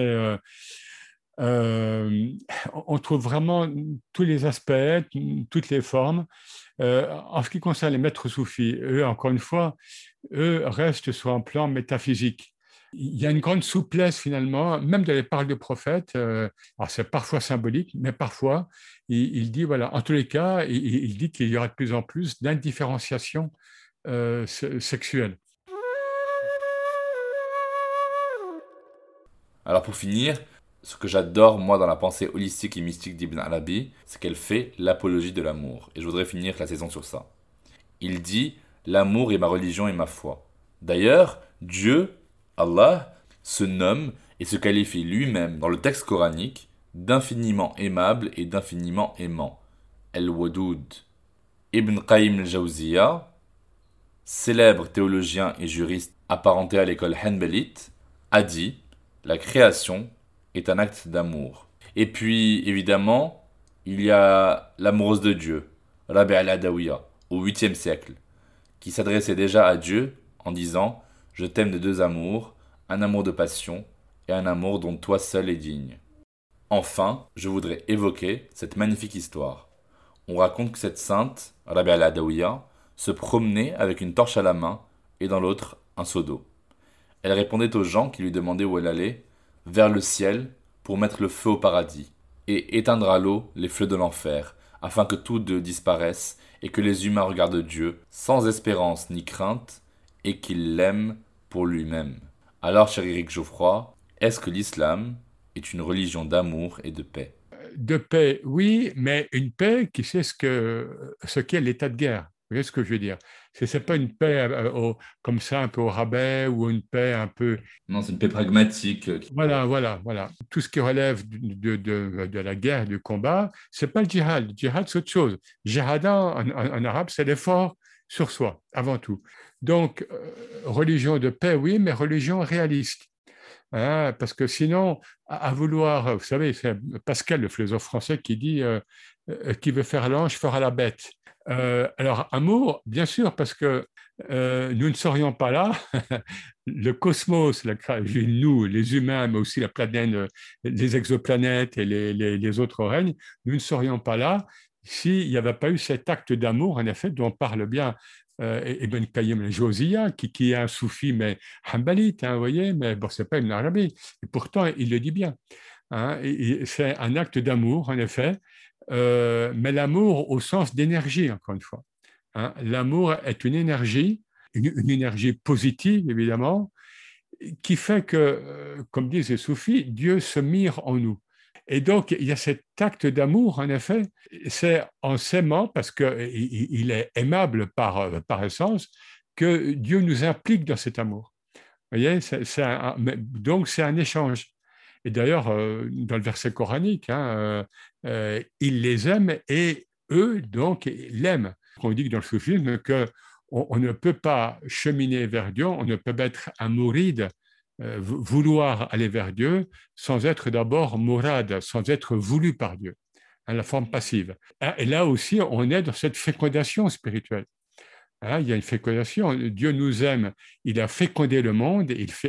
on trouve vraiment tous les aspects, toutes les formes. En ce qui concerne les maîtres soufis, eux, encore une fois, eux restent sur un plan métaphysique. Il y a une grande souplesse finalement, même dans les paroles du prophète. Alors c'est parfois symbolique, mais parfois il dit, voilà, en tous les cas, il dit qu'il y aura de plus en plus d'indifférenciation sexuelle. Alors pour finir, ce que j'adore moi dans la pensée holistique et mystique d'Ibn Arabi, c'est qu'elle fait l'apologie de l'amour. Et je voudrais finir la saison sur ça. Il dit « L'amour est ma religion et ma foi ». D'ailleurs, Dieu, Allah, se nomme et se qualifie lui-même dans le texte coranique d'infiniment aimable et d'infiniment aimant. El-Wadoud. Ibn Qayyim al-Jawziyya, célèbre théologien et juriste apparenté à l'école Hanbalite, a dit « La création est un acte d'amour ». Et puis, évidemment, il y a l'amoureuse de Dieu, Rabi' al-Adawiya, au 8e siècle, qui s'adressait déjà à Dieu en disant « Je t'aime de deux amours, un amour de passion et un amour dont toi seul es digne ». Enfin, je voudrais évoquer cette magnifique histoire. On raconte que cette sainte, Rabi' al-Adawiya, se promenait avec une torche à la main et dans l'autre un seau d'eau. Elle répondait aux gens qui lui demandaient où elle allait, vers le ciel pour mettre le feu au paradis et éteindre à l'eau les feux de l'enfer, afin que tous deux disparaissent et que les humains regardent Dieu sans espérance ni crainte et qu'ils l'aiment pour lui-même. Alors, cher Éric Geoffroy, est-ce que l'islam est une religion d'amour et de paix? De paix, oui, mais une paix qui sait ce qu'est l'état de guerre. Vous voyez ce que je veux dire? C'est pas une paix comme ça, un peu au rabais, ou une paix un peu... Non, c'est une paix pragmatique. Voilà. Tout ce qui relève de la guerre, du combat, c'est pas le djihad. Le djihad, c'est autre chose. Jihada, en arabe, c'est l'effort sur soi, avant tout. Donc, religion de paix, oui, mais religion réaliste. Hein, parce que sinon, à vouloir, vous savez, c'est Pascal, le philosophe français, qui dit qui veut faire l'ange fera la bête. Alors, amour, bien sûr, parce que nous ne serions pas là. Le cosmos, nous, les humains, mais aussi la planète, les exoplanètes et les autres règnes, nous ne serions pas là s'il n'y avait pas eu cet acte d'amour, en effet, dont parle bien Ibn Qayyim al-Jawziyya, qui est un soufi, mais hanbalite, vous voyez, mais bon, c'est pas Ibn Arabi. Et pourtant, il le dit bien. Hein, c'est un acte d'amour, en effet, mais l'amour au sens d'énergie, encore une fois. Hein. L'amour est une énergie, une énergie positive, évidemment, qui fait que, comme disent les soufis, Dieu se mire en nous. Et donc, il y a cet acte d'amour, en effet, c'est en s'aimant, parce qu'il est aimable par essence, que Dieu nous implique dans cet amour. Vous voyez, donc c'est un échange. Et d'ailleurs, dans le verset coranique, il les aime et eux, donc, l'aiment. On dit que dans le soufisme qu'on ne peut pas cheminer vers Dieu, on ne peut pas être un mouride, vouloir aller vers Dieu sans être d'abord mourad, sans être voulu par Dieu, la forme passive. Et là aussi, on est dans cette fécondation spirituelle. Il y a une fécondation. Dieu nous aime, il a fécondé le monde,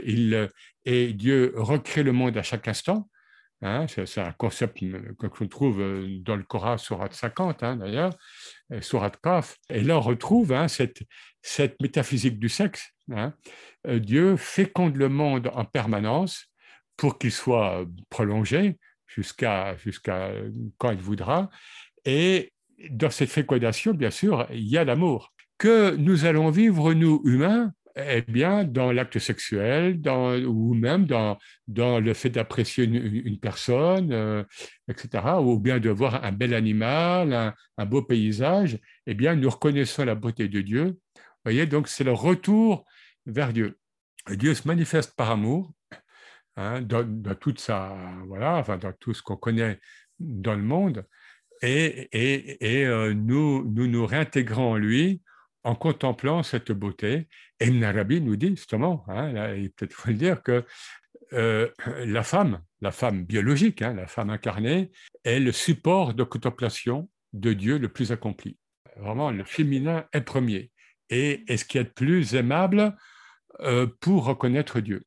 et Dieu recrée le monde à chaque instant. C'est un concept que l'on trouve dans le Coran, Sourate 50, d'ailleurs, Sourate Kaf. Et là, on retrouve cette métaphysique du sexe. Dieu féconde le monde en permanence pour qu'il soit prolongé jusqu'à quand il voudra. Et dans cette fécondation, bien sûr, il y a l'amour que nous allons vivre, nous, humains, eh bien, dans l'acte sexuel, ou même dans le fait d'apprécier une personne, etc., ou bien de voir un bel animal, un beau paysage, eh bien, nous reconnaissons la beauté de Dieu. Vous voyez, donc c'est le retour vers Dieu. Dieu se manifeste par amour, dans toute dans tout ce qu'on connaît dans le monde, et nous réintégrons en lui en contemplant cette beauté. Et Ibn Arabi nous dit justement, peut-être faut le dire, que la femme biologique, la femme incarnée, est le support de contemplation de Dieu le plus accompli. Vraiment, le féminin est premier. Et est ce qu'il y a de plus aimable pour reconnaître Dieu.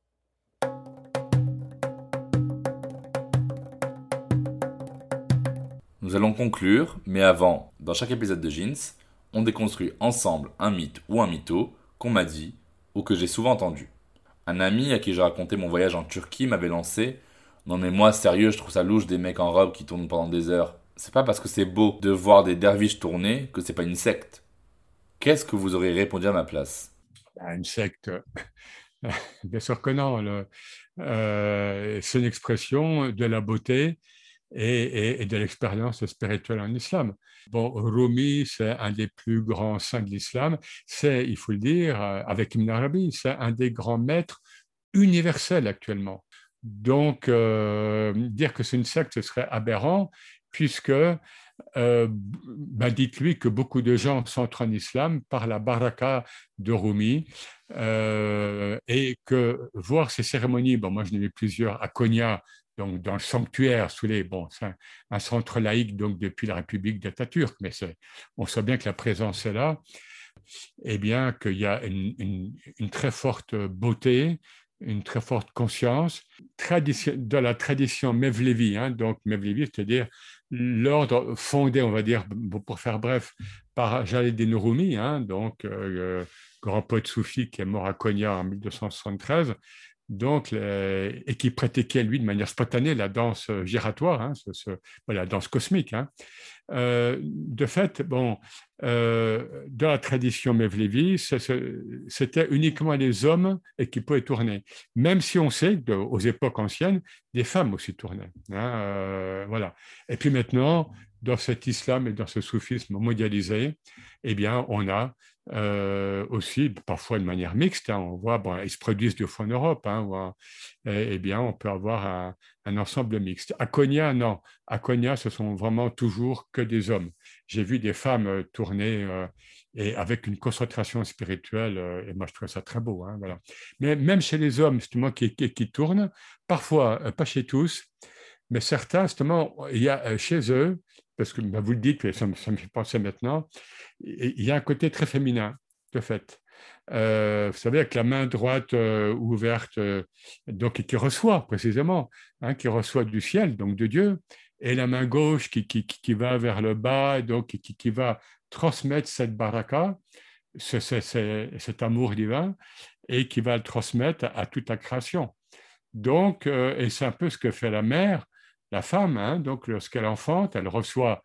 Nous allons conclure, mais avant, dans chaque épisode de Jeans, on déconstruit ensemble un mythe ou un mytho qu'on m'a dit ou que j'ai souvent entendu. Un ami à qui j'ai raconté mon voyage en Turquie m'avait lancé « Non mais moi, sérieux, je trouve ça louche des mecs en robe qui tournent pendant des heures. C'est pas parce que c'est beau de voir des derviches tourner que c'est pas une secte. » Qu'est-ce que vous auriez répondu à ma place? Une secte, bien sûr que non. C'est une expression de la beauté et de l'expérience spirituelle en islam. Bon, Rumi, c'est un des plus grands saints de l'islam. C'est, il faut le dire, avec Ibn Arabi, c'est un des grands maîtres universels actuellement. Donc, dire que c'est une secte, ce serait aberrant, puisque dites-lui que beaucoup de gens s'entrent en islam par la baraka de Rumi, et que voir ces cérémonies, moi je n'ai vu plusieurs à Konya, donc dans le sanctuaire, c'est un centre laïque donc depuis la République d'Atatürk, mais on sait bien que la présence est là, et bien qu'il y a une très forte beauté, une très forte conscience de la tradition Mevlevi, donc Mevlevi, c'est-à-dire l'ordre fondé, on va dire, pour faire bref, par Jalaluddin Rumi, donc grand poète soufi qui est mort à Konya en 1273, donc, et qui pratiquait, lui, de manière spontanée, la danse giratoire, hein, la danse cosmique. Hein. De fait, dans la tradition Mevlevi, c'était uniquement les hommes qui pouvaient tourner. Même si on sait qu'aux époques anciennes, des femmes aussi tournaient. Hein, voilà. Et puis maintenant, dans cet islam et dans ce soufisme mondialisé, eh bien, on a aussi, parfois de manière mixte, hein, on voit, ils se produisent 2 fois en Europe, hein, eh bien, on peut avoir un ensemble mixte. À Konya, non. À Konya, ce sont vraiment toujours que des hommes. J'ai vu des femmes tourner et avec une concentration spirituelle, et moi je trouve ça très beau. Hein, voilà. Mais même chez les hommes, justement, qui tournent, parfois, pas chez tous, mais certains, justement, il y a chez eux, parce que vous le dites, ça me fait penser maintenant, il y a un côté très féminin, de fait. Vous savez, avec la main droite ouverte, donc qui reçoit précisément, hein, qui reçoit du ciel, donc de Dieu, et la main gauche qui va vers le bas, donc qui va transmettre cette baraka, cet amour divin, et qui va le transmettre à toute la création. Donc, et c'est un peu ce que fait la mère, la femme, hein, donc lorsqu'elle enfante, elle reçoit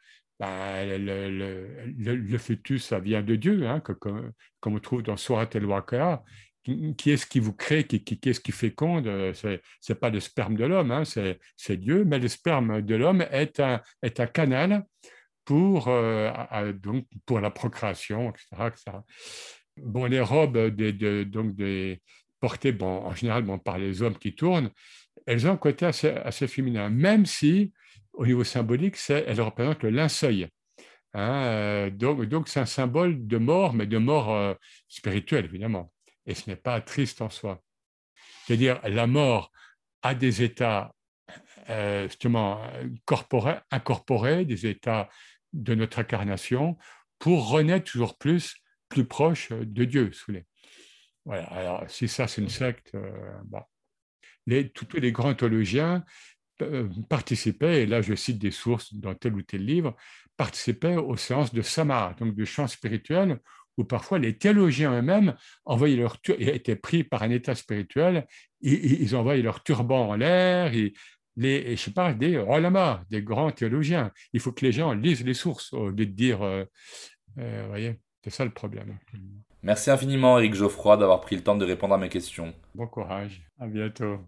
le fœtus, ça vient de Dieu, hein, comme on trouve dans Surat al-Waqi'a. Qui est-ce qui vous crée, qui est-ce qui féconde? C'est pas le sperme de l'homme, hein, c'est Dieu, mais le sperme de l'homme est un canal pour la procréation, etc. Bon, les robes portées en général par les hommes qui tournent, elles ont un côté assez féminin, même si, au niveau symbolique, elles représentent le linceul. Hein, donc, c'est un symbole de mort, mais de mort spirituelle, évidemment. Et ce n'est pas triste en soi. C'est-à-dire, la mort a des états justement incorporés, des états de notre incarnation, pour renaître toujours plus proche de Dieu. Voilà. Alors, si ça, c'est une secte, tous les grands théologiens participaient, et là je cite des sources dans tel ou tel livre, participaient aux séances de Samara, donc de chant spirituel, où parfois les théologiens eux-mêmes étaient pris par un état spirituel, ils envoyaient leur turban en l'air, je sais pas, des ulama, des grands théologiens. Il faut que les gens lisent les sources au lieu de dire, voyez, c'est ça le problème. Merci infiniment Éric Geoffroy d'avoir pris le temps de répondre à mes questions. Bon courage, à bientôt.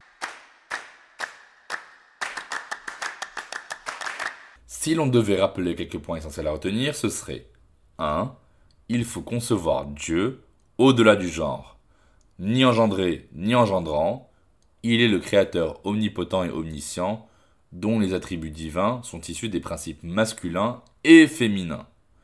Si l'on devait rappeler quelques points essentiels à retenir, ce serait 1. Il faut concevoir Dieu au-delà du genre. Ni engendré, ni engendrant, il est le créateur omnipotent et omniscient, dont les attributs divins sont issus des principes masculins et féminins.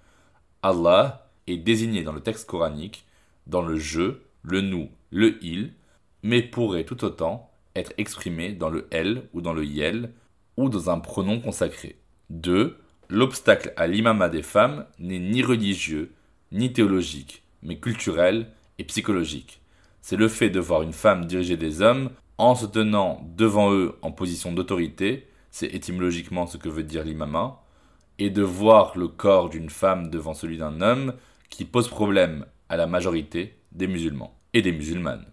Allah est désigné dans le texte coranique dans le je, le nous, le il, mais pourrait tout autant être exprimé dans le elle ou dans le yel ou dans un pronom consacré. 2. L'obstacle à l'imama des femmes n'est ni religieux, ni théologique, mais culturel et psychologique. C'est le fait de voir une femme diriger des hommes en se tenant devant eux en position d'autorité, c'est étymologiquement ce que veut dire l'imama, et de voir le corps d'une femme devant celui d'un homme qui pose problème à la majorité des musulmans et des musulmanes.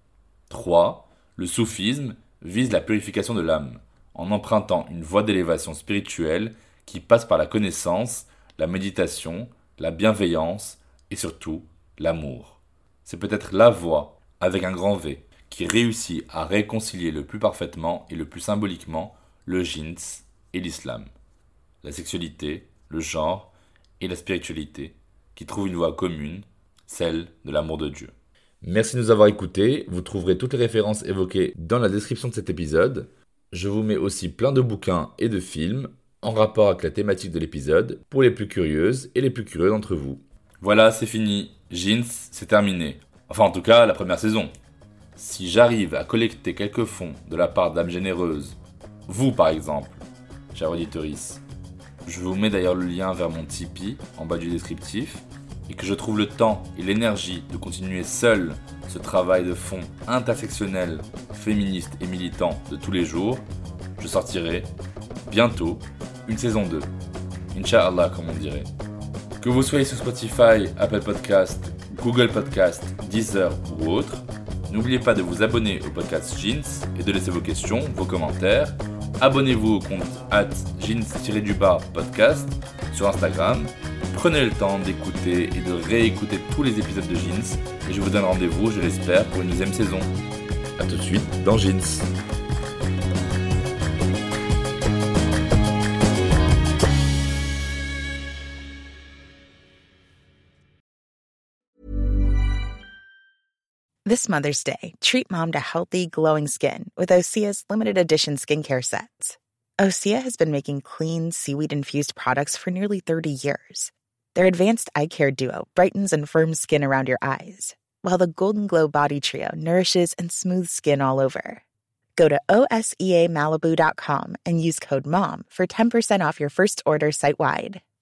3. Le soufisme vise la purification de l'âme, en empruntant une voie d'élévation spirituelle qui passe par la connaissance, la méditation, la bienveillance et surtout l'amour. C'est peut-être la voie, avec un grand V, qui réussit à réconcilier le plus parfaitement et le plus symboliquement le jins et l'islam, la sexualité, le genre et la spiritualité, qui trouvent une voie commune, celle de l'amour de Dieu. Merci de nous avoir écoutés, vous trouverez toutes les références évoquées dans la description de cet épisode. Je vous mets aussi plein de bouquins et de films en rapport avec la thématique de l'épisode pour les plus curieuses et les plus curieux d'entre vous. Voilà, c'est fini. Jeans, c'est terminé. Enfin, en tout cas, la première saison. Si j'arrive à collecter quelques fonds de la part d'âmes généreuses, vous par exemple, chers auditeurs, je vous mets d'ailleurs le lien vers mon Tipeee en bas du descriptif, et que je trouve le temps et l'énergie de continuer seul ce travail de fond intersectionnel, féministe et militant de tous les jours, je sortirai bientôt une saison 2. Inch'Allah, comme on dirait. Que vous soyez sur Spotify, Apple Podcast, Google Podcast, Deezer ou autre, N'oubliez pas de vous abonner au podcast Jeans et de laisser vos questions, vos commentaires. Abonnez-vous au compte @jeans_podcast sur Instagram. Prenez le temps d'écouter et de réécouter tous les épisodes de Jeans. Et je vous donne rendez-vous, je l'espère, pour une deuxième saison. A tout de suite dans Jeans. This Mother's Day, treat mom to healthy, glowing skin with Osea's limited edition skincare sets. Osea has been making clean, seaweed-infused products for nearly 30 years. Their advanced eye care duo brightens and firms skin around your eyes, while the Golden Glow Body Trio nourishes and smooths skin all over. Go to OSEAMalibu.com and use code MOM for 10% off your first order site-wide.